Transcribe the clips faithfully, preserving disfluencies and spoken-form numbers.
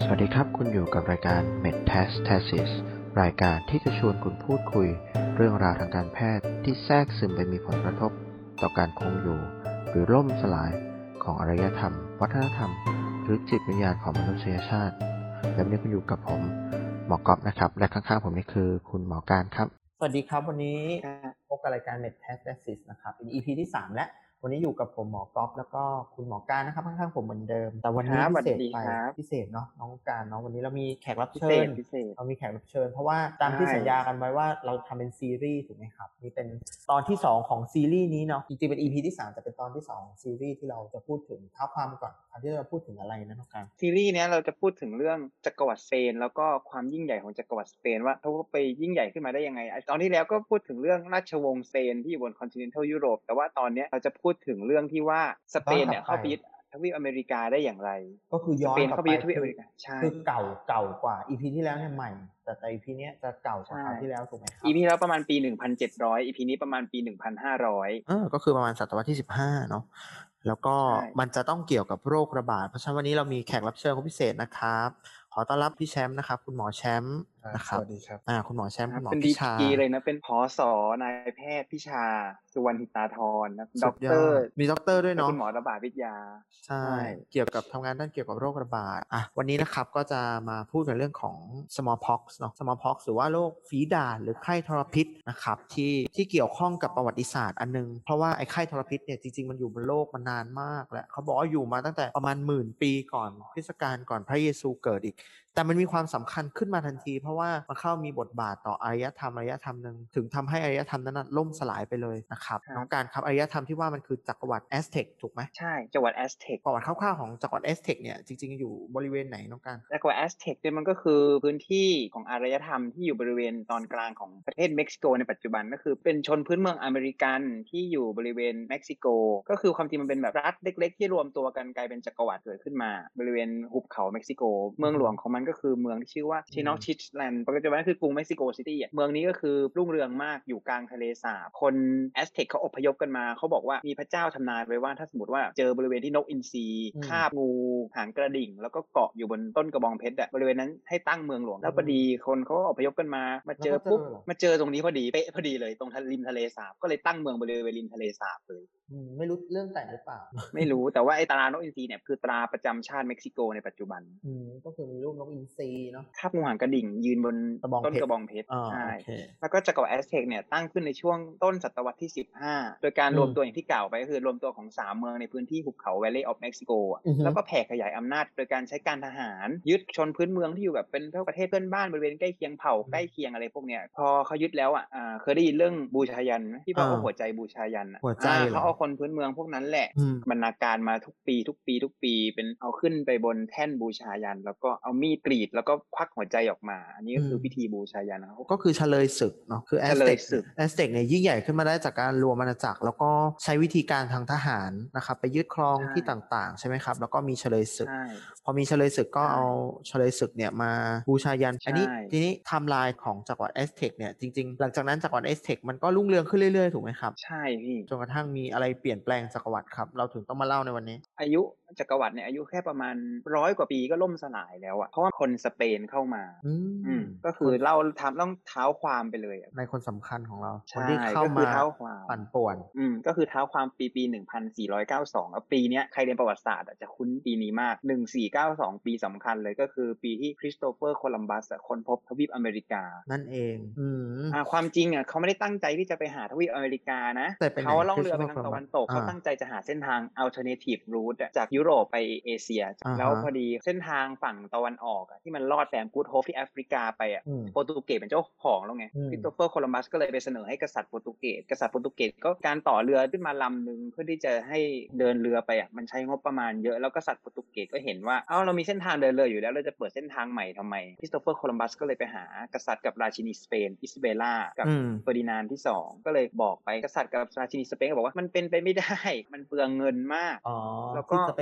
สวัสดีครับคุณอยู่กับรายการ Medtastesis รายการที่จะชวนคุณพูดคุยเรื่องราวทางการแพทย์ที่แทรกซึมไปมีผลกระทบต่อการคงอยู่หรือล่มสลายของอารยธรรมวัฒนธรรมหรือจิตวิญญาณของมนุษยชาติและวันนี้คุณอยู่กับผมหมอก๊อฟนะครับและข้างๆผมนี่คือคุณหมอการครับสวัสดีครับวันนี้พบกับรายการ Medtastesis นะครับเป็น อี พี ที่สามและวันนี้อยู่กับผมหมอก๊อฟแล้วก็คุณหมอการนะครับข้างๆผมเหมือนเดิมแต่วันนี้พิเศษไปพิเศษเนาะน้องการเนาะวันนี้เรามีแขกรับเชิญเรามีแขกรับเชิญเพราะว่าตามที่สัญญากันไว้ว่าเราทำเป็นซีรีส์ถูกไหมครับนี่เป็นตอนที่สองของซีรีส์นี้เนาะจริงๆเป็น อี พี ที่สามแต่เป็นตอนที่สองของซีรีส์ที่เราจะพูดถึงเท้าความก่อนตอนที่เราพูดถึงอะไรนะน้องการซีรีส์นี้เราจะพูดถึงเรื่องจักรวรรดิสเปนแล้วก็ความยิ่งใหญ่ของจักรวรรดิสเปนว่าเขาไปยิ่งใหญ่ขึ้นมาได้ยังไงตอนที่แล้วก็พูดถึงเรื่องราชวงศ์สเปนที่อยู่บนคอนติเนนทัลยุโรปแต่ว่าตอนนี้เราจะพูดถึงเรื่องที่ว่าสเปนเนี่ยเข้าไปยึดทวีปอเมริกาได้อย่างไรก็คือย้อนกลับไปทวีปอเมริกาใช่คือเก่าเก่ากว่า อี พี ที่แล้วเนี่ยใหม่แต่แต่ อี พี เนี้ยจะเก่ากว่าคราวที่แล้วถูกไหมครับอี พี แล้วประมาณปีหนึ่งพันเจ็ดร้อย อี พี นี้ประมาณปีหนึ่งพันห้าร้อยเออก็คือประมาณศตวรรษที่สิบห้าเนาะแล้วก็มันจะต้องเกี่ยวกับโรคระบาดเพราะฉะนั้นวันนี้เรามีแขกรับเชิญคนพิเศษนะครับขอต้อนรับพี่แชมป์นะครับคุณหมอแชมป์นะครับสวัสดีครับอ่าคุณหมอแชมป์คุณหมอเป็นพิดีชาเลยนะเป็นผอ.ส.นายแพทย์พิชาสุวรรณหิตาธรนะด็อกเตอร์มีด็อกเตอร์ด้วยเนาะคุณหมอระบาดวิทยาใช่เกี่ยวกับทำงานด้านเกี่ยวกับโรคระบาดอ่ะวันนี้นะครับก็จะมาพูดกันเรื่องของ smallpox เนาะ smallpox หรือว่าโรคฝีดาษหรือไข้ทรพิษนะครับที่ที่เกี่ยวข้องกับประวัติศาสตร์อันนึงเพราะว่าไอ้ไข้ทรพิษเนี่ยจริงๆมันอยู่บนโลกมานานมากแล้วเขาบอกว่าอยู่มาตั้งแต่ประมาณหมื่นปีก่อนคริสตกาลก่อนพระเยซูเกิดอีกแต่มันมีความสำคัญขึ้นมาทันทีเพราะว่ามันเข้ามีบทบาทต่ออารยธรรมอารยธรรมนึงถึงทำให้อารยธรรมนั้นล่มสลายไปเลยนะครับน้องการครับอารยธรรมที่ว่ามันคือจักรวรรดิแอสเท็กถูกไหมใช่จักรวรรดิแอสเท็กประวัติคร่าวๆของจักรวรรดิแอสเท็กเนี่ยจริงๆอยู่บริเวณไหนน้องการจักรวรรดิแอสเท็กเนี่ยมันก็คือพื้นที่ของอารยธรรมที่อยู่บริเวณตอนกลางของประเทศเม็กซิโกในปัจจุบันก็คือเป็นชนพื้นเมืองอเมริกันที่อยู่บริเวณเม็กซิโกก็คือความจริงมันเป็นแบบรัฐเล็กๆที่รวมตัวกันกลายเป็นจักรวรรดิเกิดขึ้นมาบริเวณหุบเขาเม็กซิโกเมืองหลวงของมันก็คือเมืองที่ชื่อว่าชินอชิชแลนด์ปัจจุบันก็คือกรุงเม็กซิโกซิตี้เมืองนี้ก็คือรุ่งเรืองมากอยู่กลางทะเลสาบคนแอสเท็กเขาอพยพกันมาเขาบอกว่ามีพระเจ้าทำนายไว้ว่าถ้าสมมติว่าเจอบริเวณที่นกอินทรีคาบงูหางกระดิ่งแล้วก็เกาะอยู่บนต้นกระบองเพชรอะบริเวณนั้นให้ตั้งเมืองหลวงแล้วพอดีคนเขาอพยพกันมามาเจอปุ๊บมาเจอตรงนี้พอดีเป๊ะพอดีเลยตรงริมทะเลสาบก็เลยตั้งเมืองบริเวณริมทะเลสาบเลยไม่รู้เรื่องแต่งหรือเปล่าไม่รู้แต่ว่าไอ้ตรานกอินทรีเนี่ยคือตราประจำชาติเม็กซิโกในปัจจุบันอืมก็คือมีรูปนกอินทรีเนาะคาบงูหางกระดิ่งยืนบนต้นกระบองเพชรใช่แล้วก็จักรวรรดิแอสเท็กเนี่ยตั้งขึ้นในช่วงต้นศตวรรษที่สิบห้าโดยการรวมตัวอย่างที่กล่าวไปก็คือรวมตัวของสามเมืองในพื้นที่หุบเขา Valley of Mexico แล้วก็แผ่ขยายอำนาจโดยการใช้การทหารยึดชนพื้นเมืองที่อยู่แบบเป็นประเทศเพื่อนบ้านบริเวณใกล้เคียงเผ่าใกล้เคียงอะไรพวกเนี้ยพอเขายึดแล้วอ่ะเคยได้ยินเรื่องบูชายันที่ว่าเอาหัวใจบูชายันอ่ะเขาเอาคนพื้นเมืองพวกนั้นแหละบรรณาการมาทุกปีทุกปีทุกปีเป็นเอาขึ้นไปบนแท่นบูชายันแล้วก็เอามีดกรีดแล้วก็ควักหัวใจออกมาอันนี้ก็คือพิธีบูชายันนะครับก็คือเฉลยศึกเนาะคือแอสเท็กแอสเท็กเนี่ยยิ่งใหญ่ขึ้นมาได้จากการรวมอาณาจักรแล้วก็ใช้วิธีการทางทหารนะครับไปยึดครองที่ต่างๆใช่ไหมครับแล้วก็มีเฉลยศึกพอมีเฉลยศึกก็เอาเฉลยศึกเนี่ยมาบูชายันอันนี้ทีนี้ไทม์ไลน์ของจักรวรรดิแอสเท็กเนี่ยจริงๆหลังจากนั้นจักรวรรดิแอสเท็กมันก็รุ่งเรืองขึ้นเรื่อยๆถูกไหมครับใช่พี่จนกระทั่งมีอะไรเปลี่ยนแปลงจักรวรรดิครับเราถึงต้องมาเล่าในวันนี้อายุจักรวรรดิเนี่ยอายุแค่ประมาณร้อยกว่าปีก็ล่มสลายแล้วอ่ะเพราะว่าคนสเปนเข้ามาอืมก็คือเล่าทำต้องเท้าความไปเลยในคนสำคัญของเราคนที่เข้ามาปั่นป่วนอืมก็คือเท้าความปีปีหนึ่งพันสี่ร้อยเก้าสิบสองแล้วปีเนี้ยใครเรียนประวัติศาสตร์จะคุ้นปีนี้มากหนึ่งพันสี่ร้อยเก้าสิบสองปีสำคัญเลยก็คือปีที่คริสโตเฟอร์โคลัมบัสค้นพบทวีปอเมริกานั่นเองอืมอ่าความจริงอ่ะเขาไม่ได้ตั้งใจที่จะไปหาทวีปอเมริกานะเขาล่องเรือไปทางตะวันตกเขาตั้งใจจะหาเส้นทาง alternative route จากยุโรปไปเอเชียแล้วพอดีเส้นทางฝั่งตะวันออกที่มันลอดแสมกู๊ดโฮปที่แอฟริกาไปอ่ะโปรตุเกสเป็นเจ้าของแล้วไงคริสโตเฟอร์โคลัมบัสก็เลยไปเสนอให้กษัตริย์โปรตุเกสกษัตริย์โปรตุเกสก็การต่อเรือขึ้นมาลำนึงเพื่อที่จะให้เดินเรือไปอ่ะมันใช้งบประมาณเยอะแล้วกษัตริย์โปรตุเกสก็เห็นว่าเอ้าเรามีเส้นทางเดินเรืออยู่แล้วเราจะเปิดเส้นทางใหม่ทำไมคริสโตเฟอร์โคลัมบัสก็เลยไปหากษัตริย์กับราชินีสเปนอิซาเบลล่ากับเฟอร์ดินานด์ที่สองก็เลยบอกไปกษัตริย์กับราชินีสเปนก็บอกว่ามันเป็นไปไม่ได้มันเปลืองเงินมากแล้วก็ใน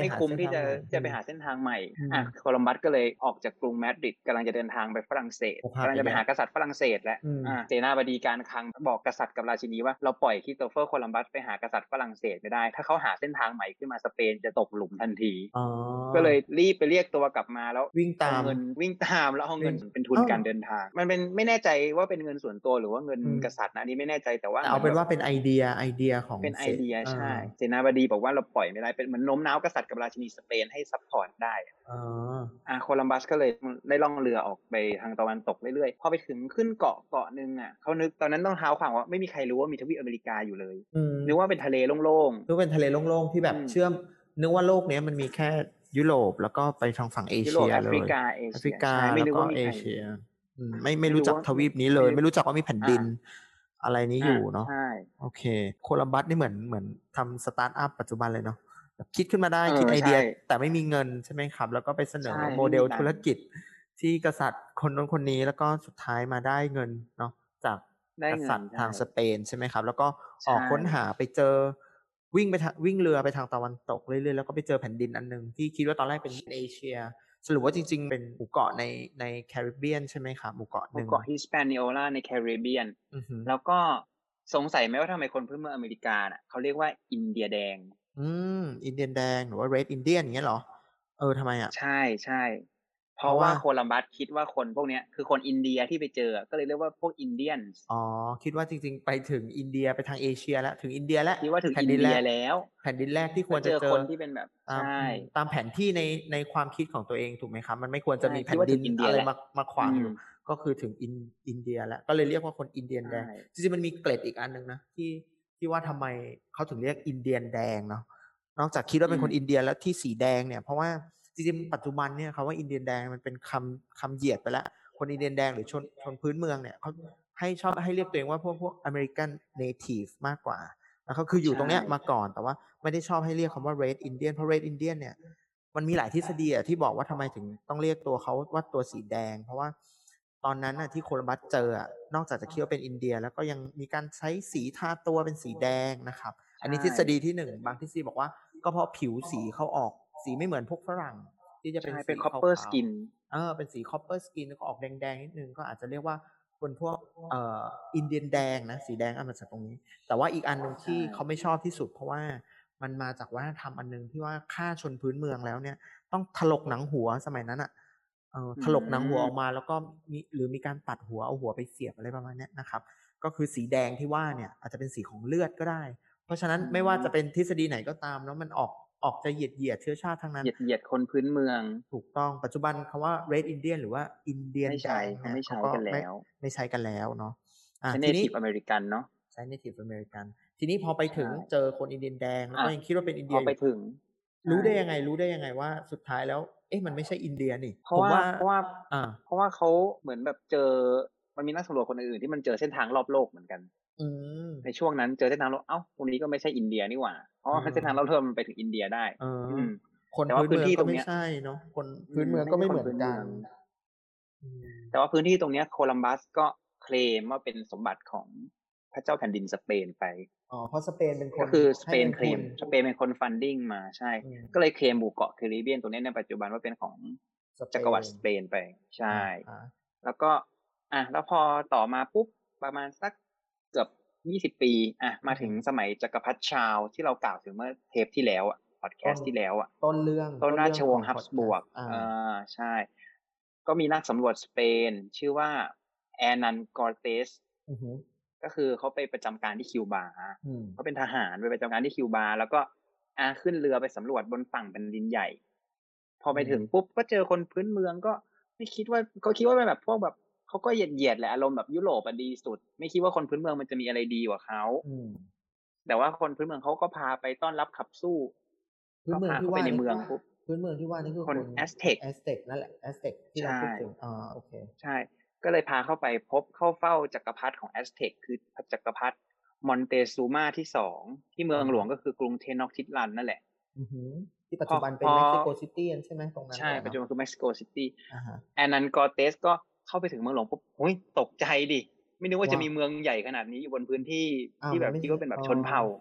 ไม่คุ้มที่จะจะไปหาเส้นทางใหม่อ่ะโคลัมบัสก็เลยออกจากกรุงมาดริดกำลังจะเดินทางไปฝรั่งเศสกำลังจะไปหากษัตริย์ฝรั่งเศสแล้วอ่ะเสนาบดีการคลังบอกกษัตริย์กับราชินีว่าเราปล่อยคริสโตเฟอร์โคลัมบัสไปหากษัตริย์ฝรั่งเศสไม่ได้ถ้าเขาหาเส้นทางใหม่ขึ้นมาสเปนจะตกหลุมทันทีก็เลยรีบไปเรียกตัวกลับมาแล้ววิ่งตามเงินวิ่งตามแล้วเอาเงินเป็นทุนการเดินทางมันเป็นไม่แน่ใจว่าเป็นเงินส่วนตัวหรือว่าเงินกษัตริย์นะอันนี้ไม่แน่ใจแต่ว่าเอาเป็นว่าเป็นไอเดียไอเดียของเป็นไอเดียใช่เสนาบดีบอกว่าเราปล่อยไม่ได้เป็นเหมือนโน้มน้าวกษัตริย์กับราชินีสเปนให้ซัพพอร์ตได้อ๋ออ่าโคลัมบัสก็เลยได้ล่องเรือออกไปทางตะวันตกเรื่อยๆพอไปถึงขึ้นเกาะเกาะนึงอ่ะเขานึกตอนนั้นต้องเท้าความว่าไม่มีใครรู้ว่ามีทวีปอเมริกาอยู่เลยนึกว่าเป็นทะเลโล่งๆนึกเป็นทะเลโล่งๆที่แบบเชื่อมนึกว่าโลกนี้มันมีแค่ยุโรปแล้วก็ไปทางฝั่งเอเชียเลยแอฟริกาเอเชียแล้วก็เอเชียไม่ไม่รู้จักทวีปนี้เลยไม่รู้จักว่ามีแผ่นดินอะไรนี้อยู่เนาะโอเคโคลัมบัสนี่เหมือนเหมือนทำสตาร์ทอัพปัจจุบันเลยเนาะคิดขึ้นมาได้คิดไอเดียแต่ไม่มีเงินใช่ไหมครับแล้วก็ไปเสนอโมเดลธุรกิจที่กษัตริย์คนนั้นคนนี้แล้วก็สุดท้ายมาได้เงินเนาะจากกษัตริย์ทางสเปนใช่ไหมครับแล้วก็ออกค้นหาไปเจอวิ่งไปทางวิ่งเรือไปทางตะวันตกเรื่อยๆแล้วก็ไปเจอแผ่นดินอันนึงที่คิดว่าตอนแรกเป็นเอเชียสรุปว่าจริงๆเป็นหมู่เกาะในในแคริบเบียนใช่ไหมครับหมู่เกาะหนึ่งหมู่เกาะฮิสแปนิโอลาในแคริบเบียนแล้วก็สงสัยไหมว่าทำไมคนพื้นเมืองอเมริกาน่ะเขาเรียกว่าอินเดียแดงอืมอินเดียแดงหรือว่า Red Indian อย่างเงี้ยเหรอเออทำไมอ่ะใช่ใช่เพราะว่าโคลัมบัสคิดว่าคนพวกนี้คือคนอินเดียที่ไปเจอก็เลยเรียกว่าพวกอินเดียนอ๋อคิดว่าจริงๆไปถึงอินเดียไปทางเอเชียแล้วถึงอินเดียแล้วคิดว่าถึงอินเดียแล้วแผ่นดินแรกที่ควรจะเจอคนที่เป็นแบบใช่ตามแผนที่ในในความคิดของตัวเองถูกไหมครับมันไม่ควรจะมีแผ่นดินอะไรมามาขวางอยู่ก็คือถึงอินอินเดียแล้วก็เลยเรียกว่าคนอินเดียนแดงจริงๆมันมีเกร็ดอีกอันนึงนะที่ที่ว่าทำไมเขาถึงเรียกอินเดียนแดงเนาะนอกจากคิดว่าเป็นคนอินเดียแล้วที่สีแดงเนี่ยเพราะว่าจริงๆปัจจุบันเนี่ยคำว่าอินเดียนแดงมันเป็นคำคำเหยียดไปแล้วคนอินเดียนแดงหรือชนชนพื้นเมืองเนี่ยเขาให้ชอบให้เรียกตัวเองว่าพวกพวกอเมริกันเนทีฟมากกว่าแล้วเขาคืออยู่ตรงเนี้ยมาก่อนแต่ว่าไม่ได้ชอบให้เรียกคำว่า Red Indian เพราะ Red Indian เนี่ยมันมีหลายทฤษฎีอ่ะที่บอกว่าทำไมถึงต้องเรียกตัวเขาว่าตัวสีแดงเพราะว่าตอนนั้นน่ะที่โคลัมบัสเจออ่ะนอกจากจะคิดว่าเป็นอินเดียแล้วก็ยังมีการใช้สีทาตัวเป็นสีแดงนะครับอันนี้ทฤษฎีที่หนึ่งบางทฤษฎีบอกว่าก็เพราะผิวสีเขาออกสีไม่เหมือนพวกฝรั่งที่จะเป็นสีคอปเปอร์สกินเออเป็นสีคอปเปอร์สกินแล้วก็ออกแดงๆนิดนึงก็อาจจะเรียกว่าคนพวกเอ่ออินเดียนแดงนะสีแดงเอามาจากตรงนี้แต่ว่าอีกอันนึงที่เขาไม่ชอบที่สุดเพราะว่ามันมาจากวัฒนธรรมอันนึงที่ว่าฆ่าชนพื้นเมืองแล้วเนี่ยต้องถลกหนังหัวสมัยนั้นอ่ะเออถลกหนังหัวออกมาแล้วก็มีหรือมีการตัดหัวเอาหัวไปเสียบอะไรประมาณนี้นะครับก็คือสีแดงที่ว่าเนี่ยอาจจะเป็นสีของเลือดก็ได้เพราะฉะนั้นไม่ว่าจะเป็นทฤษฎีไหนก็ตามแล้วมันออกออกจะเหยียดเหยียดเชื้อชาติทั้งนั้นเหยียดเหยียดคนพื้นเมืองถูกต้องปัจจุบันคำว่า Red Indian หรือว่าอินเดียนแดงเขาไม่ใช้กันแล้วไม่ใช้กันแล้วเนาะอ่ะทีนี้ Native American เนาะใช้ Native American ทีนี้พอไปถึงเจอคนอินเดียนแดงแล้วก็ยังคิดว่าเป็นอินเดียพอไปถึงรู้ได้ยังไงรู้ได้ยังไงว่าสุดท้ายแล้วเอ๊ะมันไม่ใช่อินเดียนี่เพราะว่าเพราะว่าอ่าเพราะว่าเขาเหมือนแบบเจอมันมีนักสำรวจคนอื่นที่มันเจอเส้นทางรอบโลกเหมือนกันในช่วงนั้นเจอเส้นทางโลกเอ้าตรงนี้ก็ไม่ใช่อินเดียนี่หว่าเพราะว่าเส้นทางรอบโลกมันไปถึงอินเดียได้คนพื้นเมืองก็ไม่ใช่เนาะคนพื้นเมืองก็ไม่เหมือนกันแต่ว่าพื้นที่ตรงนี้โคลัมบัสก็เคลมว่าเป็นสมบัติของพระเจ้าแผ่นดินสเปนไปอ๋อเพราะสเปนเป็นคนก็คือสเปนเคลมสเปนเป็นคนฟันดิ้งมาใช่ก็เลยเคลมหมู่เกาะแคริบเบียนตรงนี้ในปัจจุบันว่าเป็นของจักรวรรดิสเปนไปใช่แล้วก็อ่ะแล้วพอต่อมาปุ๊บประมาณสักเกือบยี่สิบปีอ่ะมาถึงสมัยจักรพรรดิชาร์ลส์ที่เรากล่าวถึงเมื่อเทปที่แล้วอ่ะพอดแคสต์ที่แล้วอ่ะต้นเรื่องต้นราชวงศ์ฮับสบวกอ่าใช่ก็มีนักสำรวจสเปนชื่อว่าแอนันกอร์เตสก็คือเขาไปประจำการที่คิวบาเขาเป็นทหารไปประจำการที่คิวบาแล้วก็อ่าขึ้นเรือไปสำรวจบนฝั่งแผ่นดินใหญ่พอไปถึงปุ๊บก็เจอคนพื้นเมืองก็ไม่คิดว่าเขาคิดว่าเป็นแบบพวกแบบเขาก็เหยียดเหยียดแหละอารมณ์แบบยุโรปอะดีสุดไม่คิดว่าคนพื้นเมืองมันจะมีอะไรดีกว่าเขาแต่ว่าคนพื้นเมืองเขาก็พาไปต้อนรับขับสู้พื้นเมืองที่ว่าในเมืองปุ๊บพื้นเมืองที่ว่านี่คือคนแอสเทคแอสเทคนั่นแหละแอสเทคที่เราพูดถึงอ๋อโอเคใช่ก็เลยพาเข้าไปพบเข้าเฝ้าจักรพรรดิของแอสเทคคือจักรพรรดิมอนเตซูมาที่สองที่เมืองหลวงก็คือกรุงเทนอกทิตลันนั่นแหละที่ปัจจุบันเป็นเม็กซิโกซิตี้ใช่ไหมตรงนั้นใช่ปัจจุบันคือเม็กซิโกซิตี้แอนนันกอร์เตสก็เข้าไปถึงเมืองหลวงปุ๊บโอ้ยตกใจดิไม่นึกว่าจะมีเมืองใหญ่ขนาดนี้อยู่บนพื้นที่ที่แบบที่ก็เป็นแบบชนเผ่า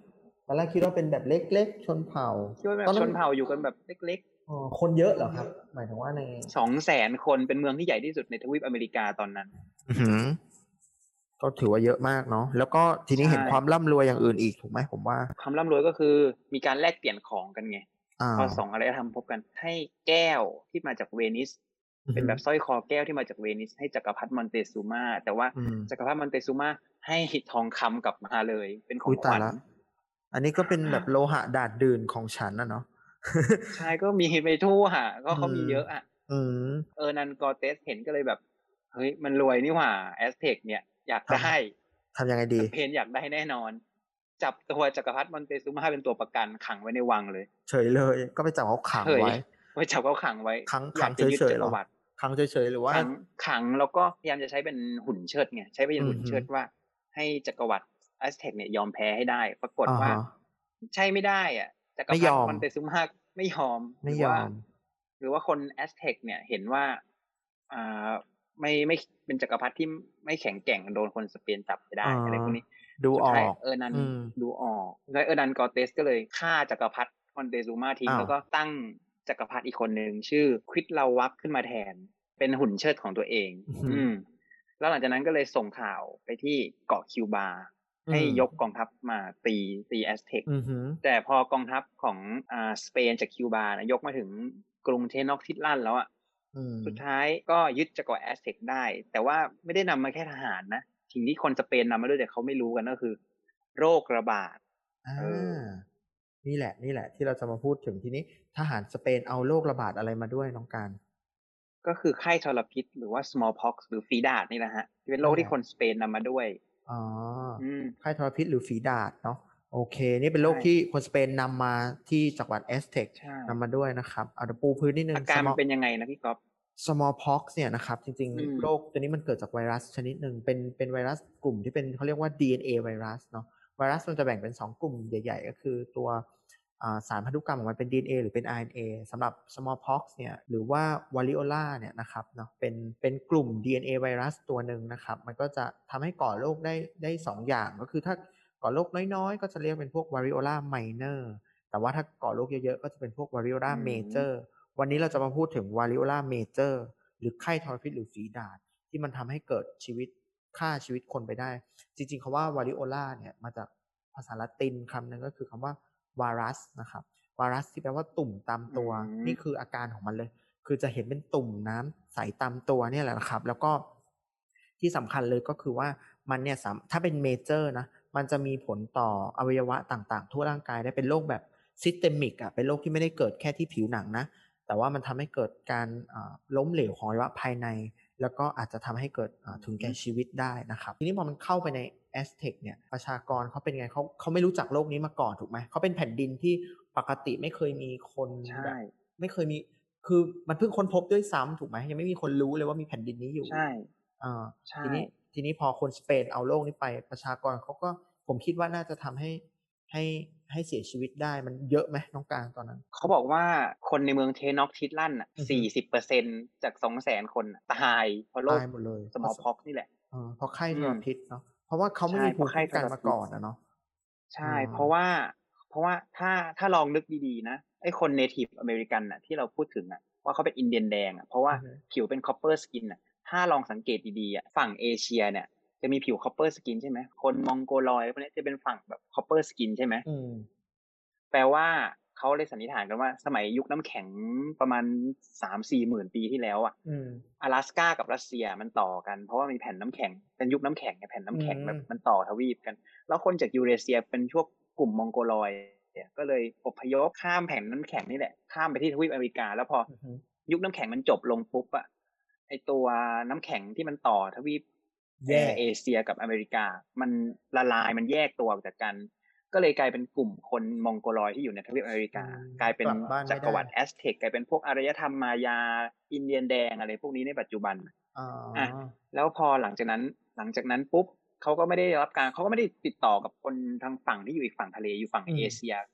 ตอนแรกคิดว่าเป็นแบบเล็กๆชนเผ่าคิดว่าแบบชนเผ่าอยู่กันแบบเล็กๆอ๋อคนเยอะเหรอครับหมายถึงว่าในสองแสน คนเป็นเมืองที่ใหญ่ที่สุดในทวีปอเมริกาตอนนั้นอือหือก็ถือว่าเยอะมากเนาะแล้วก็ทีนี้เห็นความร่ำรวยอย่างอื่นอีกถูกไหมผมว่าความร่ำรวยก็คือมีการแลกเปลี่ยนของกันไงพอสองอารยธรรมพบกันให้แก้วที่มาจากเวนิสเป็นแบบสร้อยคอแก้วที่มาจากเวนิสให้จักรพรรดิมอนเตซูมาแต่ว่าจักรพรรดิมอนเตซูมาให้ทองคำกลับมาเลยเป็นของขวัญอันนี้ก็เป็นแบบโลหะดาดดื่นของฉันนะเนาะใช่ก็มีไปทั่วอ่ะก็เขามีเยอะอ่ะเออนันกอเตสเห็นก็เลยแบบเฮ้ยมันรวยนี่หว่าแอสเท็กเนี่ยอยากได้ทำยังไงดีสเปนอยากได้แน่นอนจับตัวจักรพรรดิมอนเตซูมาเป็นตัวประกันขังไว้ในวังเลยเฉยเลยก็ไปจับเขาขังไว้ไปจับเขาขังไว้อยากจะยึดจักรวรรดิขังเฉยๆหรือว่าขังขังแล้วก็พยายามจะใช้เป็นหุ่นเชิดไงใช้เป็นหุ่นเชิดว่าให้จักรวรรดิแอสเท็กเนี่ยยอมแพ้ให้ได้ปรากฏว่าใช่ไม่ได้อ่ะจักรพรรดิมอนเตซูมาไม่ยอมไม่ยอมหรือว่าคนแอสเท็กเนี่ยเห็นว่าอ่าไม่ไม่เป็นจักรพรรดิที่ไม่แข็งแกร่งโดนคนสเปนจับไปได้อะไรพวกนี้ดูออกเออร์นันดูออกแล้วเออร์นันกอเตสก็เลยฆ่าจักรพรรดิมอนเตซูมาทิ้งแล้วก็ตั้งจักรพรรดิอีกคนหนึ่งชื่อควิดลาวักขึ้นมาแทนเป็นหุ่นเชิดของตัวเองอืมแล้วหลังจากนั้นก็เลยส่งข่าวไปที่เกาะคิวบาให้ยกกองทัพมาตีตีแอสเท็กแต่พอกองทัพของอ่าสเปนจากคิวบานะยกมาถึงกรุงเทนอกทิตลันแล้วอ่ะสุดท้ายก็ยึดจักรวรรดิแอสเท็กได้แต่ว่าไม่ได้นำมาแค่ทหารนะสิ่งที่คนสเปนนำมาด้วยแต่เขาไม่รู้กันก็คือโรคระบาดอ่านี่แหละนี่แหละที่เราจะมาพูดถึงทีนี้ทหารสเปนเอาโรคระบาดอะไรมาด้วยน้องการก็คือไข้ทรพิษหรือว่า smallpox หรือฝีดาษนี่แหละฮะที่เป็นโรคที่คนสเปนนำมาด้วยอ๋อไข้ทรพิษหรือฝีดาษเนาะโอเคนี่เป็นโรคที่คนสเปนนำมาที่จังหวัดแอสเท็กนำมาด้วยนะครับเอาปูพื้นนิดนึงอาการมันเป็นยังไงนะพี่ก๊อฟ smallpox เนี่ยนะครับจริงๆโรคตัวนี้มันเกิดจากไวรัสชนิดหนึ่งเป็นเป็นไวรัสกลุ่มที่เป็นเขาเรียกว่า ดี เอ็น เอ ไวรัสเนาะไวรัสมันจะแบ่งเป็นสองกลุ่มใหญ่ๆก็คือตัวสารพันธุกรรมของมันเป็น ดี เอ็น เอ หรือเป็น อาร์ เอ็น เอ สำหรับ smallpox เนี่ยหรือว่า variola เนี่ยนะครับเนาะเป็นเป็นกลุ่ม ดี เอ็น เอ ไวรัสตัวหนึ่งนะครับมันก็จะทำให้ก่อโรคได้ได้สองอย่างก็คือถ้าก่อโรคน้อยๆก็จะเรียกเป็นพวก variola minor แต่ว่าถ้าก่อโรคเยอะๆก็จะเป็นพวก variola major วันนี้เราจะมาพูดถึง variola major หรือไข้ทรพิษหรือฝีดาษที่มันทำให้เกิดชีวิตฆ่าชีวิตคนไปได้จริงๆคำว่า variola เนี่ยมาจากภาษาละตินคำหนึ่งก็คือคำว่าวารัสนะครับวารัสที่แปลว่าตุ่มตามตัวนี่คืออาการของมันเลยคือจะเห็นเป็นตุ่มน้ำใสตามตัวเนี่ยแหละครับแล้วก็ที่สำคัญเลยก็คือว่ามันเนี่ยถ้าเป็นเมเจอร์นะมันจะมีผลต่ออวัยวะต่างๆทั่วร่างกายได้เป็นโรคแบบซิสเตมิกอ่ะเป็นโรคที่ไม่ได้เกิดแค่ที่ผิวหนังนะแต่ว่ามันทำให้เกิดการล้มเหลวของอวัยวะภายในแล้วก็อาจจะทำให้เกิดถึงแก่ชีวิตได้นะครับทีนี้พอมันเข้าไปในแอสเท็กเนี่ยประชากรเขาเป็นไงเขาเขาไม่รู้จักโลกนี้มาก่อนถูกไหมเขาเป็นแผ่นดินที่ปกติไม่เคยมีคนแบบไม่เคยมีคือมันเพิ่งค้นพบด้วยซ้ำถูกไหมยังไม่มีคนรู้เลยว่ามีแผ่นดินนี้อยู่ใช่อ่าทีนี้ทีนี้พอคนสเปนเอาโลกนี้ไปประชากรเขาก็ผมคิดว่าน่าจะทำให้ให้ให้เสียชีวิตได้มันเยอะไหมน้องการตอนนั้นเขาบอกว่าคนในเมืองเทนอกทิตลันอ่ะสี่สิบเปอร์เซ็นต์จากสองแสนคนตายเพราะโรคตายหมดเลย smallpox นี่แหละเพราะไข้ทรพิษเนาะเพราะว่าเขาไม่มีภูมิคุ้มกันมาก่อนนะเนาะใช่เพราะว่าเพราะว่าถ้าถ้าลองนึกดีๆนะไอ้คนเนทีฟอเมริกันน่ะที่เราพูดถึงอ่ะว่าเขาเป็นอินเดียนแดงอ่ะเพราะว่าผิวเป็นคอปเปอร์สกินอ่ะถ้าลองสังเกตดีๆอ่ะฝั่งเอเชียเนี่ยจะมีผิวคอปเปอร์สกินใช่ไหมคนมองโกลอยพวกนี้จะเป็นฝั่งแบบคอปเปอร์สกินใช่ไหมแปลว่าเขาเลยสันนิษฐานกันว่าสมัยยุคน้ำแข็งประมาณ สามสี่ หมื่นปีที่แล้วอ่ะ阿拉斯ก้ากับรัสเซียมันต่อกันเพราะว่ามีแผ่นน้ำแข็งเป็นยุคน้ำแข็งไงแผ่นน้ำแข็งแบบมันต่อทวีปกันแล้วคนจากยูเรเซียเป็นพวกกลุ่มมองโกลอยเนี่ยก็เลยอพยพข้ามแผ่นน้ำแข็งนี่แหละข้ามไปที่ทวีปอเมริกาแล้วพอยุคน้ำแข็งมันจบลงปุ๊บอะไอตัวน้ำแข็งที่มันต่อทวีปเอเชียกับอเมริกามันละลายมันแยกตัวออกจากกันก็เลยกลายเป็นกลุ่มคนมองโกลอยที่อยู่ในทวีปอเมริกากลายเป็นจักรวรรดิแอสเท็กกลายเป็นพวกอารยธรรมมายาอินเดียนแดงอะไรพวกนี้ในปัจจุบันอ่ะแล้วพอหลังจากนั้นหลังจากนั้นปุ๊บเขาก็ไม่ได้รับการเขาก็ไม่ได้ติดต่อกับคนทางฝั่งที่อยู่อีกฝั่งทะเลอยู่ฝั่งเอเชีย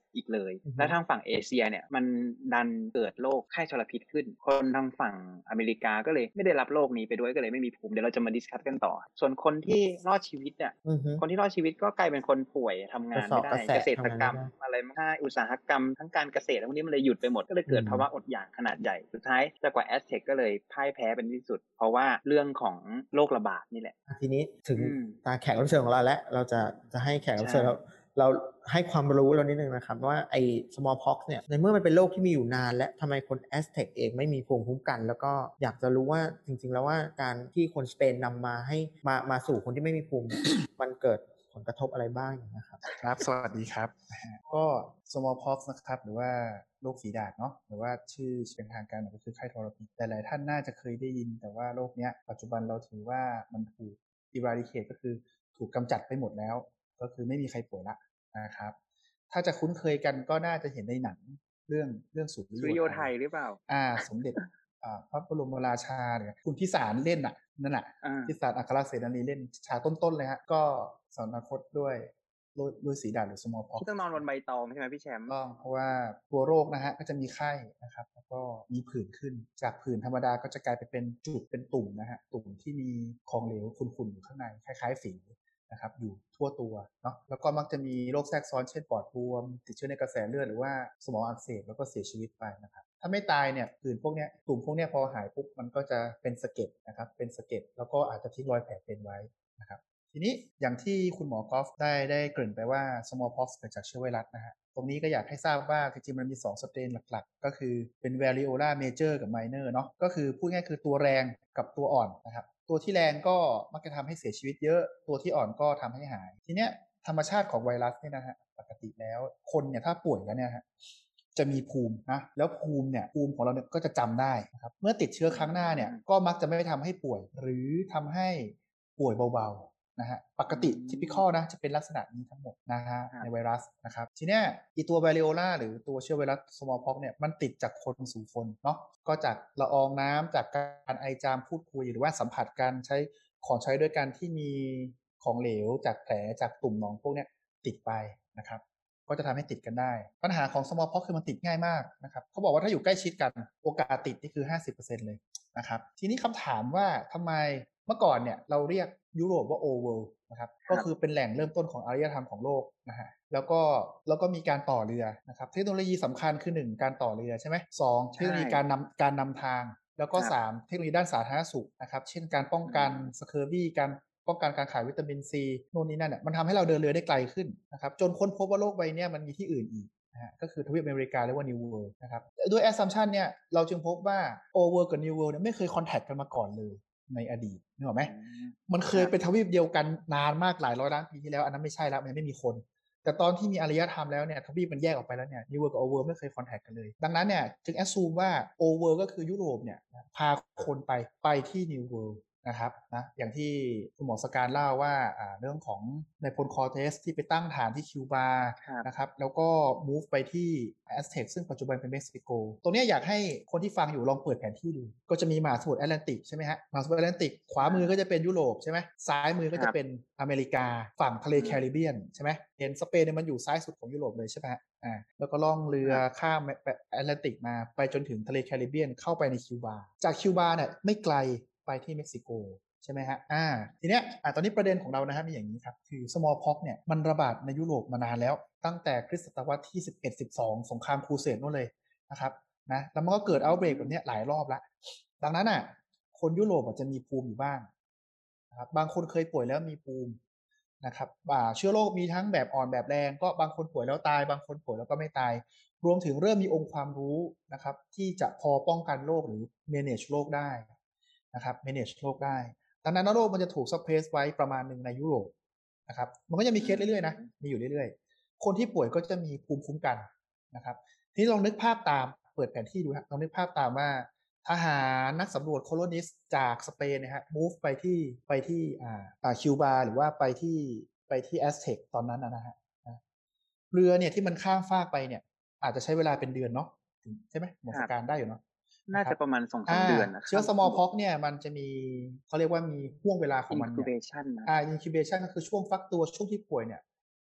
อีกเลยอือฮึและทางฝั่งเอเชียเนี่ยมันดันเกิดโรคไข้ทรพิษขึ้นคนทางฝั่งอเมริกาก็เลยไม่ได้รับโรคนี้ไปด้วยก็เลยไม่มีภูมิเดี๋ยวเราจะมาดิสคัสกันต่อส่วนคนที่รอดชีวิตเนี่ยอือฮึคนที่รอดชีวิตก็กลายเป็นคนป่วยทำกระงานเสาะไม่กได้ระแสะเกษตทำรงานกรไม่รมได้อะไรไม่ได้อุตสาหกรรมทั้งการเกษตรพวกนี้มันเลยหยุดไปหมดก็เลยเกิดอืมภาวะอดอยากขนาดใหญ่สุดท้ายเจ้ากว่า Aztec ก็เลยพ่ายแพ้เป็นที่สุด เพราะว่าเรื่องของโรคระบาดนี่แหละอ่ะทีนี้ถึงอืมตาแขกรับเชิญของเราแล้วเราจะจะให้แขกรับเชิญใช่เราเราให้ความรู้เรานิดนึงนะครับว่าไอ้ smallpox เนี่ยในเมื่อมันเป็นโรคที่มีอยู่นานและทำไมคน Aztec เองไม่มีภูมิคุ้มกัน แล้วก็อยากจะรู้ว่าจริงๆแล้วว่าการที่คนสเปนนำมาให้มามาสู่คนที่ไม่มีภูมิ มันเกิดผลกระทบอะไรบ้างนะครับครับสวัสดีครับนะฮะก็ smallpox นะครับหรือว่าโรคฝีดาษเนาะหรือว่าชื่อเป็นทางการก็คือไข้ทรพิษแต่หลายท่านน่าจะเคยได้ยินแต่ว่าโรคเนี้ยปัจจุบันเราถือว่ามันถูก eradicate ก็คือถูกกำจัดไปหมดแล้วก็คือไม่มีใครป่วยละนะครับถ้าจะคุ้นเคยกันก็น่าจะเห็นในหนังเรื่องเรื่องสุริสุริโยโยไทไทยยหรือเปล่าอ่าสมเด็จอ่าพระบรมราชาเนี่ยคุณพิสารเล่นอ่ะนั่นแหละอ่าพิสารอัครเสนานีเล่นฉากต้นๆเลยฮะก็สวรรคตด้วยด้วยด้วยสีดาษหรือ smallpox ที่ต้องนอนบนใบตองใช่ไหมพี่แชมป์ต้องเพราะว่าตัวโรคนะฮะก็จะมีไข้นะครับแล้วก็มีผื่นขึ้นจากผื่นธรรมดาก็จะกลายไปเป็นจุดเป็นตุ่มนะฮะตุ่มที่มีของเหลวขุ่นๆอยู่ข้างในคล้ายๆฝีนะครับอยู่ทั่วตัวเนาะแล้วก็มักจะมีโรคแทรกซ้อนเช่นปอดบวมติดเชื้อในกระแสเลือดหรือว่าสมองอักเสบแล้วก็เสียชีวิตไปนะครับถ้าไม่ตายเนี่ยผื่นพวกเนี้ยตุ่มพวกเนี้ยพอหายปุ๊บมันก็จะเป็นสะเก็ดนะครับเป็นสะเก็ดแล้วก็อาจจะทิ้งรอยแผลเป็นไว้นะครับทีนี้อย่างที่คุณหมอกอฟได้ได้เกริ่นไปว่า smallpox เกิดจากเชื้อไวรัสนะฮะตรงนี้ก็อยากให้ทราบว่าจริงๆมันมีสองสเตรนหลักๆก็คือเป็น variola major กับ minor เนาะก็คือพูดง่ายคือตัวแรงกับตัวอ่อนนะครับตัวที่แรงก็มักจะทำให้เสียชีวิตเยอะตัวที่อ่อนก็ทำให้หายทีเนี้ยธรรมชาติของไวรัสเนี่ยนะฮะปกติแล้วคนเนี่ยถ้าป่วยแล้วเนี่ยฮะจะมีภูมินะแล้วภูมิเนี่ยภูมิของเราเนี่ยก็จะจำได้นะครับเมื่อติดเชื้อครั้งหน้าเนี่ยก็มักจะไม่ทำให้ป่วยหรือทำให้ป่วยเบาๆนะฮะปกติ typical นะจะเป็นลักษณะนี้ทั้งหมดนะฮะในไวรัสนะครับทีเนี้ยอีตัว variola หรือตัวเชื้อไวรัส smallpox เนี่ยมันติดจากคนสู่คนเนาะก็จากละอองน้ำจากการไอจามพูดคุยหรือว่าสัมผัสการใช้ของใช้ด้วยกันที่มีของเหลวจากแผลจากตุ่มหนองพวกเนี้ยติดไปนะครับก็จะทำให้ติดกันได้ปัญหาของ smallpox คือมันติดง่ายมากนะครับเขาบอกว่าถ้าอยู่ใกล้ชิดกันโอกาสติดนี่คือ ห้าสิบเปอร์เซ็นต์ เลยนะครับทีนี้คำถามว่าทำไมเมื่อก่อนเนี่ยเราเรียกยุโรปว่า Old World นะครับก็คือเป็นแหล่งเริ่มต้นของอารยธรรมของโลกนะฮะแล้วก็แล้วก็มีการต่อเรือนะครับเทคโนโลยีสำคัญคือหนึ่งการต่อเรือใช่ไหมสองเทคโนโลยีการนำการนำทางแล้วก็สามเทคโนโลยีด้านสาธารณสุขนะครับเช่นการป้องกันสเคอร์บี้การป้องกันการขาดวิตามินซีโน่นนี่นั่นเนี่ยมันทำให้เราเดินเรือได้ไกลขึ้นนะครับจนค้นพบว่าโลกใบนี้มันมีที่อื่นอีกนะฮะก็คือทวีปอเมริกาเรียกว่า New World นะครับด้วย assumption เนี่ยเราจึงพบว่า Old World กับ New World เนี่ยไม่เคยคอนแทคกันมาก่อนเลยในอดีตนึกออกไหมมันเคยเป็นทวีปเดียวกันนานมากหลายร้อยล้านปีที่แล้วอันนั้นไม่ใช่แล้วมันไม่มีคนแต่ตอนที่มีอารยธรรมแล้วเนี่ยทวีปมันแยกออกไปแล้วเนี่ย New World กับ Old World ไม่เคยคอนแทคกันเลยดังนั้นเนี่ยจึง assume ว่า Old World ก็คือยุโรปเนี่ยพาคนไปไปที่ New Worldนะครับนะอย่างที่คุณหมอสการเล่าว่าเรื่องของนายพลคอร์เทสที่ไปตั้งฐานที่คิวบานะครับแล้วก็ move ไปที่แอสเท็กซึ่งปัจจุบันเป็นเม็กซิโกตรงนี้อยากให้คนที่ฟังอยู่ลองเปิดแผนที่ดูก็จะมีมหาสมุทรแอตแลนติกใช่ไหมฮะมหาสมุทรแอตแลนติกขวามือก็จะเป็นยุโรปใช่ไหมซ้ายมือก็จะเป็นอเมริกาฝั่งทะเลแคริบเบียนใช่ไหมเห็นสเปนเนี่ยมันอยู่ซ้ายสุดของยุโรปเลยใช่ไหมฮะอ่าแล้วก็ล่องเรือข้ามแอตแลนติกมาไปจนถึงทะเลแคริบเบียนเข้าไปในคิวบาจากคิวบาเนี่ยไม่ไกลไปที่เม็กซิโกใช่ไหมฮะอ่าทีเนี้ยอ่าตอนนี้ประเด็นของเรานะฮะมีอย่างนี้ครับคือ smallpox เนี่ยมันระบาดในยุโรปมานานแล้วตั้งแต่คริสตศตวรรษที่สิบเอ็ด สิบสองสงครามครูเสดนู่นเลยนะครับนะแล้วมันก็เกิด outbreak แบบนี้หลายรอบแล้วดังนั้นอ่ะคนยุโรปอาจจะมีภูมิอยู่บ้างนะครับบางคนเคยป่วยแล้วมีภูมินะครับอ่าเชื้อโรคมีทั้งแบบอ่อนแบบแรงก็บางคนป่วยแล้วตายบางคนป่วยแล้วก็ไม่ตายรวมถึงเริ่มมีองค์ความรู้นะครับที่จะพอป้องกันโรคหรือ manage โรคได้นะครับ manage โรคได้ดังนั้นโรคมันจะถูกซับเพรสไว้ประมาณหนึ่งในยุโรปนะครับมันก็จะมีเคสเรื่อยๆนะมีอยู่เรื่อยๆคนที่ป่วยก็จะมีภูมิคุ้มกันนะครับที่ลองนึกภาพตามเปิดแผนที่ดูครับลองนึกภาพตามว่าทหารนักสำรวจโคโลนิสต์จากสเปนนะฮะ move ไปที่ไปที่อ่าอ่าคิวบาหรือว่าไปที่ไปที่แอสเท็กตอนนั้นนะฮะเรือเนี่ยที่มันข้ามฟากไปเนี่ยอาจจะใช้เวลาเป็นเดือนเนาะใช่ไหมหมดสการได้อยู่เนาะน่าจะประมาณ สองถึงสาม เดือนนะเชื้อ smallpox เนี่ยมันจะมีเขาเรียกว่ามีห่วงเวลาของมัน incubation นะอ่า incubation ก็คือช่วงฟักตัวช่วงที่ป่วยเนี่ย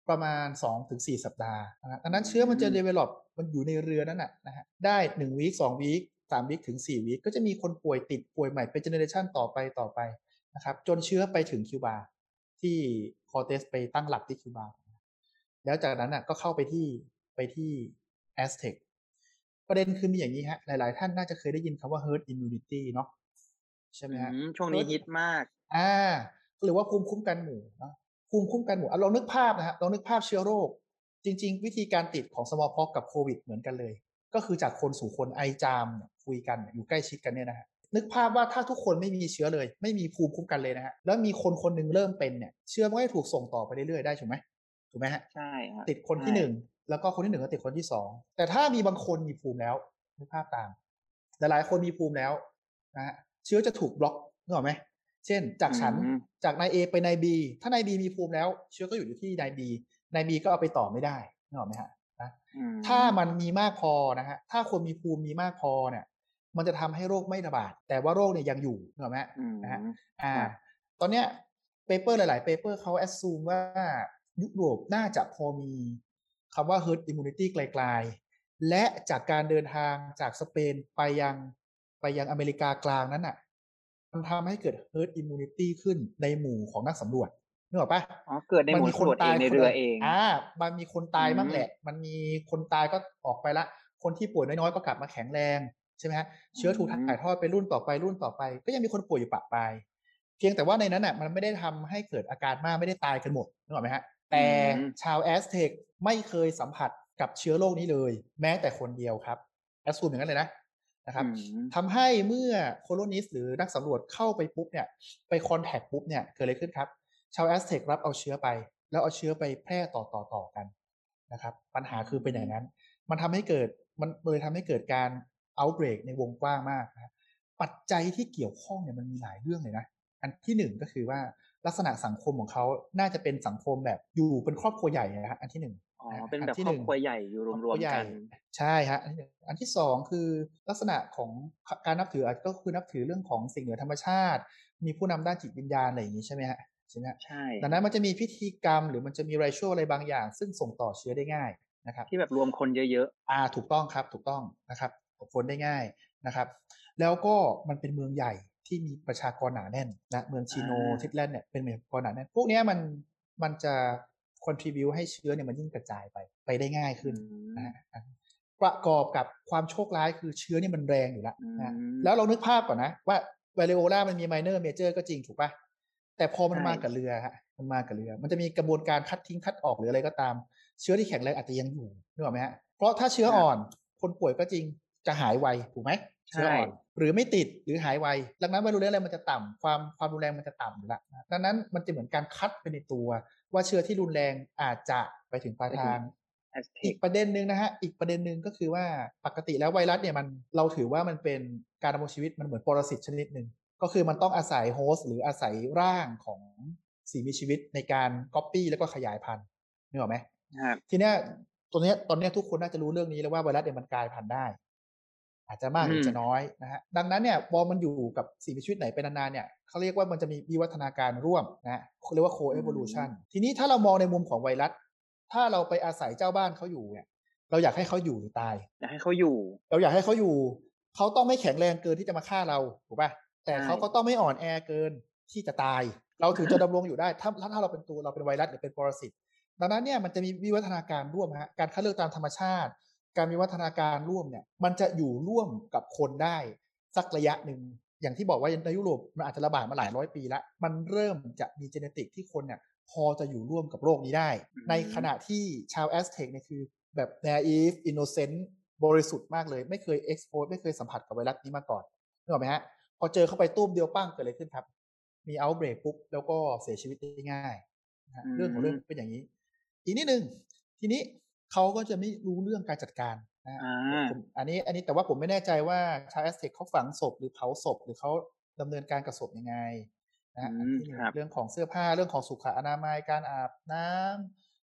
ประมาณ สองถึงสี่ สัปดาห์นะครับดังนั้นเชื้อมันจะ develop มันอยู่ในเรือนั้นน่ะนะฮะได้หนึ่งวีคสองวีคสามวีคถึงสี่วีคก็จะมีคนป่วยติดป่วยใหม่เป็นเจเนอเรชันต่อไปต่อไปนะครับจนเชื้อไปถึงคิวบาที่คอร์เตสไปตั้งหลักที่คิวบาแล้วจากนั้นน่ะก็เข้าไปที่ไปที่แอสเท็กประเด็นคือมีอย่างนี้ฮะหลายๆท่านน่าจะเคยได้ยินคำว่า herd immunity เนาะใช่ไหมฮะอืมช่วงนี้ herd ฮิตมากอ่าหรือว่าภูมิคุ้มกันหมู่เนาะภูมิคุ้มกันหมู่อ่ะลองนึกภาพนะฮะลองนึกภาพเชื้อโรคจริงๆวิธีการติดของ smallpox กับโควิดเหมือนกันเลยก็คือจากคนสู่คนไอจามเนี่ยคุยกันอยู่ใกล้ชิดกันเนี่ยนะฮะนึกภาพว่าถ้าทุกคนไม่มีเชื้อเลยไม่มีภูมิคุ้มกันเลยนะฮะแล้วมีคนคนหนึงเริ่มเป็นเนี่ยเชื้อมันก็จะถูกส่งต่อไปเรื่อยๆได้ถูกไหมถูกไหมฮะใช่ครับติดคนที่หนึ่งแล้วก็คนที่หนึ่งก็ติดคนที่สองแต่ถ้ามีบางคนมีภูมิแล้วนึกภาพตามหลายๆคนมีภูมิแล้วนะฮะเชื้อจะถูกบล็อกนึกออกไหมเช่นจากฉันจากนาย A ไปนาย B ถ้านาย B มีภูมิแล้วเชื้อก็อยู่ที่นาย B นาย B ก็เอาไปต่อไม่ได้นึกออกไหมฮะนะถ้ามันมีมากพอนะฮะถ้าคนมีภูมิมีมากพอเนี่ยมันจะทำให้โรคไม่ระบาดแต่ว่าโรคเนี่ยยังอยู่นึกออกไหมนะฮะอ่าตอนเนี้ยเปเปอร์หลายๆเปเปอร์เขาแอสซูมว่ายุโรปน่าจะพอมีคำว่า herd immunity ไกลๆและจากการเดินทางจากสเปนไปยังไปยังอเมริกากลางนั้นน่ะมันทำให้เกิด herd immunity ขึ้นในหมู่ของนักสำรวจนึกออกปะอ๋อเกิดในหมู่สำรวจเองในเรือเองอ่ามันมีคนตายมั่งแหละมันมีคนตายก็ออกไปละคนที่ป่วยน้อยๆก็กลับมาแข็งแรงใช่ไหมฮะเชื้อถูกถ่ายทอดไปรุ่นต่อไปรุ่นต่อไปก็ยังมีคนป่วยอยู่ปะปายเพียงแต่ว่าในนั้นน่ะมันไม่ได้ทำให้เกิดอาการมากไม่ได้ตายกันหมดนึกออกไหมฮะแต่ชาวแอสเท็กไม่เคยสัมผัสกับเชื้อโรคนี้เลยแม้แต่คนเดียวครับแอสซูมอย่างนั้นเลยนะนะครับทำให้เมื่อโคโลนิสต์หรือนักสำรวจเข้าไปปุ๊บเนี่ยไปคอนแทคปุ๊บเนี่ยเกิดอะไรขึ้นครับชาวแอสเท็กรับเอาเชื้อไปแล้วเอาเชื้อไปแพร่ต่อต่อต่อกันนะครับปัญหาคือเป็นอย่างนั้นมันทำให้เกิดมันเลยทำให้เกิดการ outbreak ในวงกว้างมากนะปัจจัยที่เกี่ยวข้องเนี่ยมันมีหลายเรื่องเลยนะอันที่หนึ่งก็คือว่าลักษณะสังคมของเขาน่าจะเป็นสังคมแบบอยู่เป็นครอบครัวใหญ่นะฮะอันที่หนึ่งอ๋อเป็นแบบครอบครัวใหญ่อยู่รวมๆกันใช่ฮะอันที่หนึ่งอันที่สองคือลักษณะของการนับถือก็คือนับถือเรื่องของสิ่งเหนือธรรมชาติมีผู้นำด้านจิตวิญญาณอะไรอย่างนี้ใช่ไหมฮะใช่ไหมใช่ดังนั้นมันจะมีพิธีกรรมหรือมันจะมีไรชัวอะไรบางอย่างซึ่งส่งต่อเชื้อได้ง่ายนะครับที่แบบรวมคนเยอะๆอ่าถูกต้องครับถูกต้องนะครับคนได้ง่ายนะครับแล้วก็มันเป็นเมืองใหญ่ที่มีประชากรหนาแน่นนะเมืองชิโนทิตแลนด์เนี่ยเป็นเมืองประชากรหนาแน่นพวกนี้มันมันจะ contribute ให้เชื้อเนี่ยมันยิ่งกระจายไปไปได้ง่ายขึ้นนะฮะประกอบกับความโชคร้ายคือเชื้อนี่มันแรงอยู่แล้วนะแล้วเรานึกภาพก่อนนะว่าไวรัลล่ามันมีไมเนอร์เมเจอร์ก็จริงถูกป่ะแต่พอมันมากับเรือฮะมันมากับเรือมันจะมีกระบวนการคัดทิ้งคัดออกหรืออะไรก็ตามเชื้อที่แข็งแรงอาจจะยังอยู่นึกออกไหมฮะเพราะถ้าเชื้ออ่อนคนป่วยก็จริงจะหายไวถูกไหมเชื้ออ่อนหรือไม่ติดหรือหายไวดังนั้นไวรัลอะไรมันจะต่ำความความรุนแรงมันจะต่ำอยู่แล้วดังนั้นมันจะเหมือนการคัดไปในตัวว่าเชื้อที่รุนแรงอาจจะไปถึงปลายทางอีกประเด็นหนึ่งนะฮะอีกประเด็นหนึ่งก็คือว่าปกติแล้วไวรัสเนี่ยมันเราถือว่ามันเป็นการดำรงชีวิตมันเหมือนปรสิตชนิดหนึ่งก็คือมันต้องอาศัยโฮสต์หรืออาศัยร่างของสิ่งมีชีวิตในการก๊อปปี้แล้วก็ขยายพันธุ์นึกออกไหมทีเนี้ยตัวเนี้ยตอนนี้ทุกคนน่าจะรู้เรื่องนี้แล้วว่าไวรัสเนี่ยมันกลายพันธุ์ได้อาจจะมากหรือจะน้อยนะฮะดังนั้นเนี่ยพอมันอยู่กับสิ่งมีชีวิตไหนเป็นนานๆเนี่ยเขาเรียกว่ามันจะมีวิวัฒนาการร่วมนะเขาเรียกว่า co-evolution ทีนี้ถ้าเรามองในมุมของไวรัสถ้าเราไปอาศัยเจ้าบ้านเขาอยู่เนี่ยเราอยากให้เขาอยู่หรือตายอยากให้เขาอยู่เราอยากให้เขาอยู่เขาต้องไม่แข็งแรงเกินที่จะมาฆ่าเราถูกป่ะแต่เขาก็ต้องไม่อ่อนแอเกินที่จะตายเราถึงจะดำรงอยู่ได้ถ้าถ้าเราเป็นตัวเราเป็นไวรัสหรือเป็นปรสิตดังนั้นเนี่ยมันจะมีวิวัฒนาการร่วมฮะการคัดเลือกตามธรรมชาติการมีวัฒนาการร่วมเนี่ยมันจะอยู่ร่วมกับคนได้สักระยะหนึ่งอย่างที่บอกว่าในยุโรปมันอาจจะระบาดมาหลายร้อยปีแล้วมันเริ่มจะมีเจเนติกที่คนเนี่ยพอจะอยู่ร่วมกับโรคนี้ได้ในขณะที่ชาวแอสเท็กเนี่ยคือแบบ naive innocent บริสุทธิ์มากเลยไม่เคย expose ไม่เคยสัมผัสกับไวรัสนี้มาก่อนนึกออกไหมฮะพอเจอเข้าไปตุ้มเดียวปั้งเกิดอะไรขึ้นครับมี outbreak ปุ๊บแล้วก็เสียชีวิตได้ง่ายนะเรื่องของเรื่องเป็นอย่างนี้อีกนิดนึงทีนี้เขาก็จะไม่รู้เรื่องการจัดการนะผมอันนี้อันนี้แต่ว่าผมไม่แน่ใจว่าชาวแอสเท็กเขาฝังศพหรือเผาศพหรือเขาดำเนินการกับศพยังไงนะอันที่หนึ่งเรื่องของเสื้อผ้าเรื่องของสุขอนามัยการอาบน้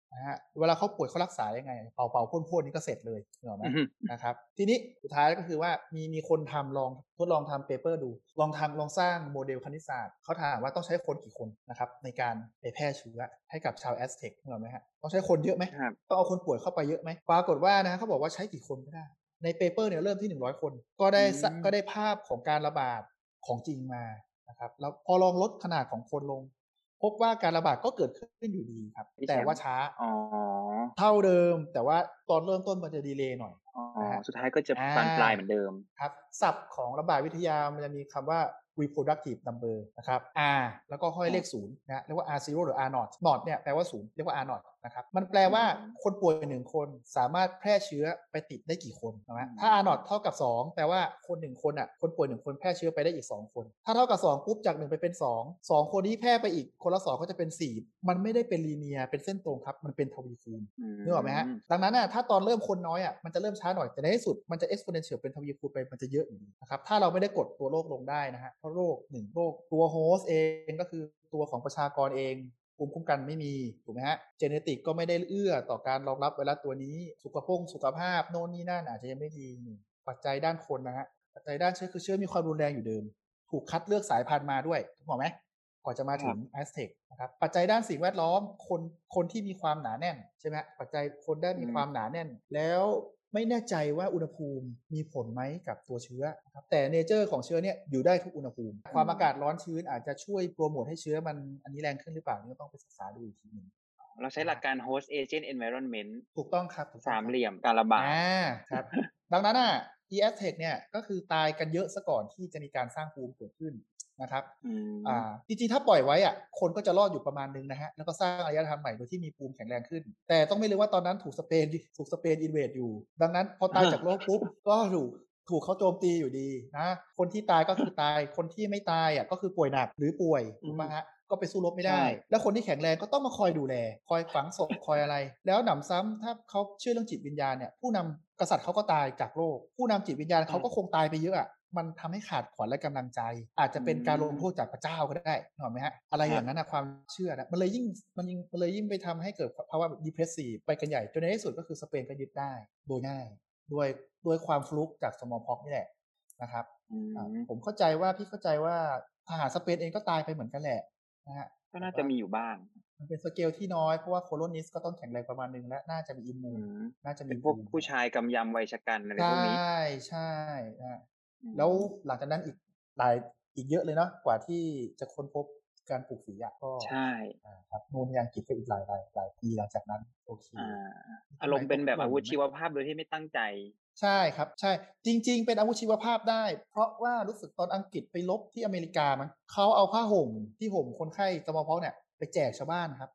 นะฮะเวลาเขาป่วยเขารักษายังไงเป่าเป่าพ่นพ่นนี่ก็เสร็จเลยเหรอไหมนะครับทีนี้สุดท้ายก็คือว่ามีมีคนทำลองทดลองทำเปเปอร์ดูลองทำลองสร้างโมเดลคณิตศาสตร์เขาถามว่าต้องใช้คนกี่คนนะครับในการไปแพร่เชื้อให้กับชาวแอสเท็กเหรอไหมฮะต้องใช้คนเยอะไหมต้องเอาคนป่วยเข้าไปเยอะไหมปรากฏว่านะเขาบอกว่าใช้กี่คนก็ได้ในเปเปอร์เนี่ยเริ่มที่หนึ่งร้อยคนก็ได้ก็ได้ภาพของการระบาดของจริงมานะครับแล้วพอลองลดขนาดของคนลงพบว่าการระบาดก็เกิดขึ้นอยู่ดีครับแต่ว่าช้าเท่าเดิมแต่ว่าตอนเริ่มต้นมันจะดีเลย์หน่อยสุดท้ายก็จะบานปลายเหมือนเดิมครับศัพท์ของระบาดวิทยามันจะมีคำว่า reproductive number นะครับ R แล้วก็ห้อยเลขศูนย์นะเรียกว่า R ศูนย์ หรือ R ศูนย์ not เนี่ยแปลว่าศูนย์เรียกว่า R ศูนย์ นะครับมันแปลว่าคนป่วยหนึ่งคนสามารถแพร่เชื้อไปติดได้กี่คนนะถ้า R ศูนย์ เท่ากับสองแปลว่าคนหนึ่งคนอ่ะคนป่วยหนึ่งคนแพร่เชื้อไปได้อีกสองคนถ้าเท่ากับสองปุ๊บจากหนึ่งไปเป็นสอง สองคนที่แพร่ไปอีกคนละสองก็จะเป็นสี่มันไม่ได้เป็นลีเนียร์เป็นเส้นตรงครับมันเป็นทวีคูณนึกออกไหมฮะดังนั้นน่ะถ้าตอนเริ่มคนน้อยอ่ะมันจะเริ่มช้าหน่อยแต่ในที่สุดมันจะ exponential เป็นทวีคูณไปมันจะเยอะอยู่นะครับถ้าเราไม่ได้กดตัวโรคลงได้นะฮะเพราะโรคหนึ่งโรคตัวโฮสต์เองก็คือตัวของประชากรเองภูมิคุ้มกันไม่มีถูกไหมฮะเจเนติกก็ไม่ได้เอื้อต่อการรองรับไวรัสตัวนี้สุขภาพสุขภาพโน่นนี่นั่นอาจจะยังไม่ดีปัจจัยด้านคนนะฮะปัจจัยด้านเชื้อคือเชื้อมีความรุนแรงอยู่เดิมถูกคัดเลือกสายพันธุ์มาด้วยถูกไหมก่อนจะมาถึง Aztec นะครับปัจจัยด้านสิ่งแวดล้อมคนคนที่มีความหนาแน่นใช่ไหมปัจจัยคนได้มีความหนาแน่นแล้วไม่แน่ใจว่าอุณหภูมิมีผลไหมกับตัวเชื้อครับแต่เนเจอร์ของเชื้อเนี่ยอยู่ได้ทุกอุณหภูมิความอากาศร้อนชื้นอาจจะช่วยโปรโมทให้เชื้อมันอันนี้แรงขึ้นหรือเปล่านี่ก็ต้องไปศึกษาดูอีกทีนึงเราใช้หลักการ host agent environment ถูกต้องครับสามเหลี่ยมการระบาดอ่าครับดังนั้นอ่ะ Aztec เนี่ยก็คือตายกันเยอะซะก่อนที่จะมีการสร้างภูมิเกิดขึ้นนะครับอ่าจริงๆถ้าปล่อยไว้อ่ะคนก็จะรอดอยู่ประมาณนึงนะฮะแล้วก็สร้างอารยธรรมใหม่โดยที่มีภูมิแข็งแรงขึ้นแต่ต้องไม่ลืมว่าตอนนั้นถูกสเปนถูกสเปนอินเวดอยู่ดังนั้นพอตายจากโลกปุ๊บก็ถูกถูกเขาโจมตีอยู่ดีนะคนที่ตายก็คือตายคนที่ไม่ตายอ่ะก็คือป่วยหนักหรือป่วยถูกไหมฮะก็ไปสู้รบไม่ได้แล้วคนที่แข็งแรงก็ต้องมาคอยดูแลคอยฝังศพคอยอะไรแล้วหนำซ้ำถ้าเขาเชื่อเรื่องจิตวิญญาณเนี่ยผู้นำกษัตริย์เขาก็ตายจากโรคผู้นำจิตวิญญาณเขาก็คงตายไปเยอะอ่ะมันทำให้ขาดขวัญและกำลังใจอาจจะเป็นการลงโทษจากพระเจ้าก็ได้ถูกไหมฮะอะไรอย่างนั้นนะความเชื่อนะมันเลยยิ่งมันยิ่งมันเลยยิ่งไปทำให้เกิดภาวะ depressive ไปกันใหญ่จนในที่สุดก็คือสเปนก็ยึดได้โดยง่ายด้วยด้วยความฟลุกจาก smallpox นี่แหละนะครับผมเข้าใจว่าพี่เข้าใจว่าทหารสเปนเองก็ตายไปเหมือนกันแหละนะฮะก็น่าจะมีอยู่บ้างมันเป็นสเกลที่น้อยเพราะว่าโคโลนิสก็ต้องแข็งแรงประมาณนึงและน่าจะมีอิมมูนน่าจะมีพวกผู้ชายกำยำวัยชกันอะไรพวกนี้ใช่ใช่แล้วหลังจากนั้นอีกหลายอีกเยอะเลยเนาะกว่าที่จะค้นพบการปลูกฝีอ่ะก็ใช่ครับนู่นยังกิจก็อีกหลายหลายหลายปีหลังจากนั้นโอเคอารมณ์เป็นแบบอาวุธชีวภาพโดยที่ไม่ตั้งใจใช่ครับใช่จริงๆเป็นอาวุธชีวภาพได้เพราะว่ารู้สึกตอนอังกฤษไปลบที่อเมริกามั้งเขาเอาผ้าห่มที่ห่มคนไข้สมอลพ็อกเนี่ยไปแจกชาวบ้านครับ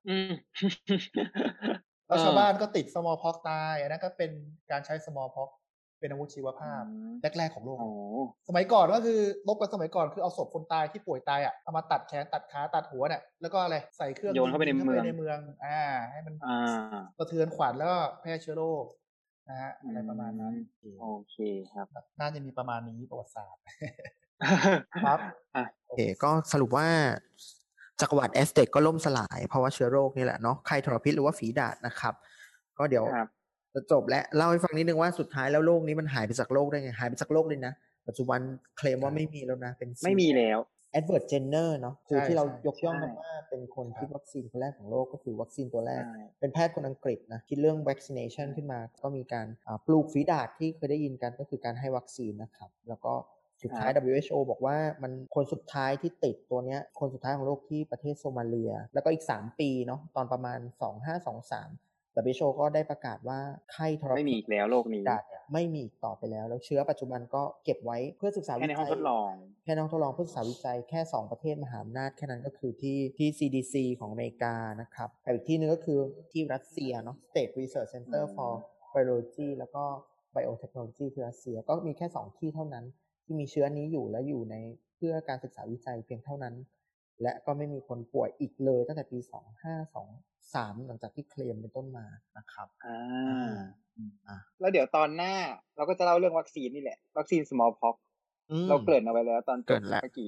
แล้วชาวบ้านก็ติดสมอลพ็อกตายอันนั้นก็เป็นการใช้สมอลพ็อกเป็นอาวุธชีวภาพแรกๆของโลกสมัยก่อนก็คือลบกันสมัยก่อนคือเอาศพคนตายที่ป่วยตายอ่ะเอามาตัดแขนตัดขาตัดหัวเนี่ยแล้วก็อะไรใส่เครื่องโยนเข้าไปในเมืองในเมืองอ่าให้มันสะเทือนขวัญแล้วก็แพร่เชื้อโรคนะฮะอะไรประมาณนั้นโอเคครับน่าจะมีประมาณนี้ประวัติศาสตร์ครับโอเคก็สรุปว่าจักรวรรดิแอสเต็กก็ล่มสลายเพราะว่าเชื้อโรคนี่แหละเนาะไข้ทรพิษหรือว่าฝีดาษนะครับก็เดี๋ยวจะจบและเล่าให้ฟังนิดนึงว่าสุดท้ายแล้วโรคนี้มันหายไปจากโลกได้ไงหายไปจากโลกเลยนะปัจจุบันเคลมว่าไม่มีแล้วนะเป็นไม่มีแล้วเอ็ดเวิร์ดเจนเนอร์เนาะคือที่เรายกย่องกันว่าเป็นคนคิดวัคซีนคนแรกของโลกก็คือวัคซีนตัวแรกเป็นแพทย์คนอังกฤษนะคิดเรื่อง vaccination ขึ้นมาก็มีการปลูกฝีดาษที่เคยได้ยินกันก็คือการให้วัคซีนนะครับแล้วก็สุดท้าย ดับเบิลยู เอช โอ บอกว่ามันคนสุดท้ายที่ติดตัวเนี้ยคนสุดท้ายของโลกที่ประเทศโซมาเลียแล้วก็อีกสามปีเนาะตอนประมาณสองพันห้าร้อยยี่สิบสามดับเบิลยู เอช โอ ก็ได้ประกาศว่าไข้ทรพิษไม่มีอีกแล้วโรคนี้ไม่มีอีกต่อไปแล้วแล้วเชื้อปัจจุบันก็เก็บไว้เพื่อศึกษาวิจัยแค่ในห้องทดลองแค่ในห้องทดลองเพื่อศึกษาวิจัยแค่สองประเทศมหาอำนาจแค่นั้นก็คือที่ที่ ซี ดี ซี ของอเมริกานะครับแต่อีกที่นึงก็คือที่รัสเซียเนาะ State Research Center for Virology แล้วก็ Biotechnology ที่รัสเซียก็มีแค่สองที่เท่านั้นที่มีเชื้อนี้อยู่และอยู่ในเพื่อการศึกษาวิจัยเพียงเท่านั้นและก็ไม่มีคนป่วยอีกเลยตั้งแต่ปีสองพันห้าร้อยยี่สิบสามหลังจากที่เคลมเป็นต้นมานะครับอ่าอ่าแล้วเดี๋ยวตอนหน้าเราก็จะเล่าเรื่องวัคซีนนี่แหละวัคซีน smallpox เราเกริ่นเอาไว้แล้วตอนจบเมื่อกี้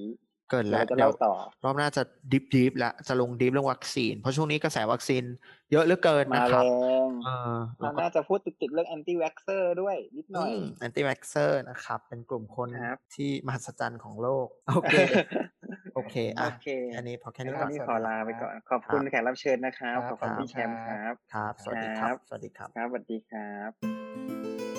เกินเราแล้วจะเดี๋ยเล่าว ต่อรอบหน้าจะดิฟดิฟแล้วจะลงดิฟเรื่องวัคซีน เพราะช่วงนี้กระแสวัคซีนเยอะเหลือเกินมานะคแรรับงเออเรเรา ก็น่าจะพูดติด ๆ เรื่อง Anti Vaxxer ด้วยนิดหอืน่อยม Anti Vaxxer นะครับ เป็นกลุ่มคนครับที่มหัศจรรย์ของโลก โอเค โอเคโออะเคแค่นี้ พอแค่งั้นี้นก่วัอนนนี้สวัสขอดีลาคไปรัก่บอน ขอบคคุรัณบแขกรับเชิญนะครับครับขอบคุณครับพี่แชมป์ครับครับ สวัสดีครับครับสวัสดีครับครับ สวัสดีครับ